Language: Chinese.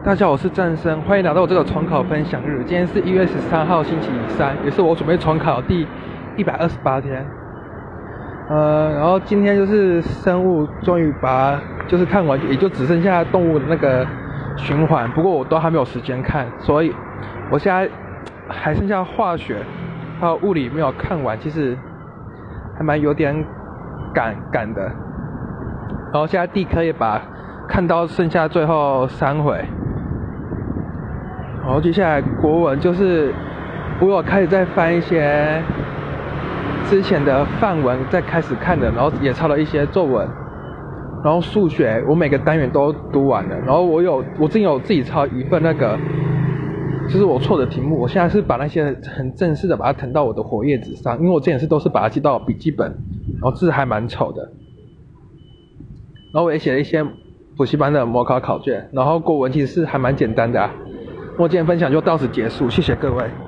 大家好，我是战生，欢迎来到我这个重考分享日。今天是1月13号，星期三，也是我准备重考第128天。然后今天就是生物，终于就是看完，也就只剩下动物的那个循环。不过我都还没有时间看，所以我现在还剩下化学还有物理没有看完，其实还蛮有点赶的。然后现在地科也看到剩下最后3回。然后接下来国文就是我有开始在翻一些之前的范文再开始看的，然后也抄了一些作文。然后数学我每个单元都读完了，然后我之前有自己抄一份那个就是我错的题目，我现在是把那些很正式的把它誊到我的活页纸上，因为我之前都是把它记到笔记本，然后字还蛮丑的。然后我也写了一些补习班的模考考卷，然后国文其实是还蛮简单的啊。我今天分享就到此结束，谢谢各位。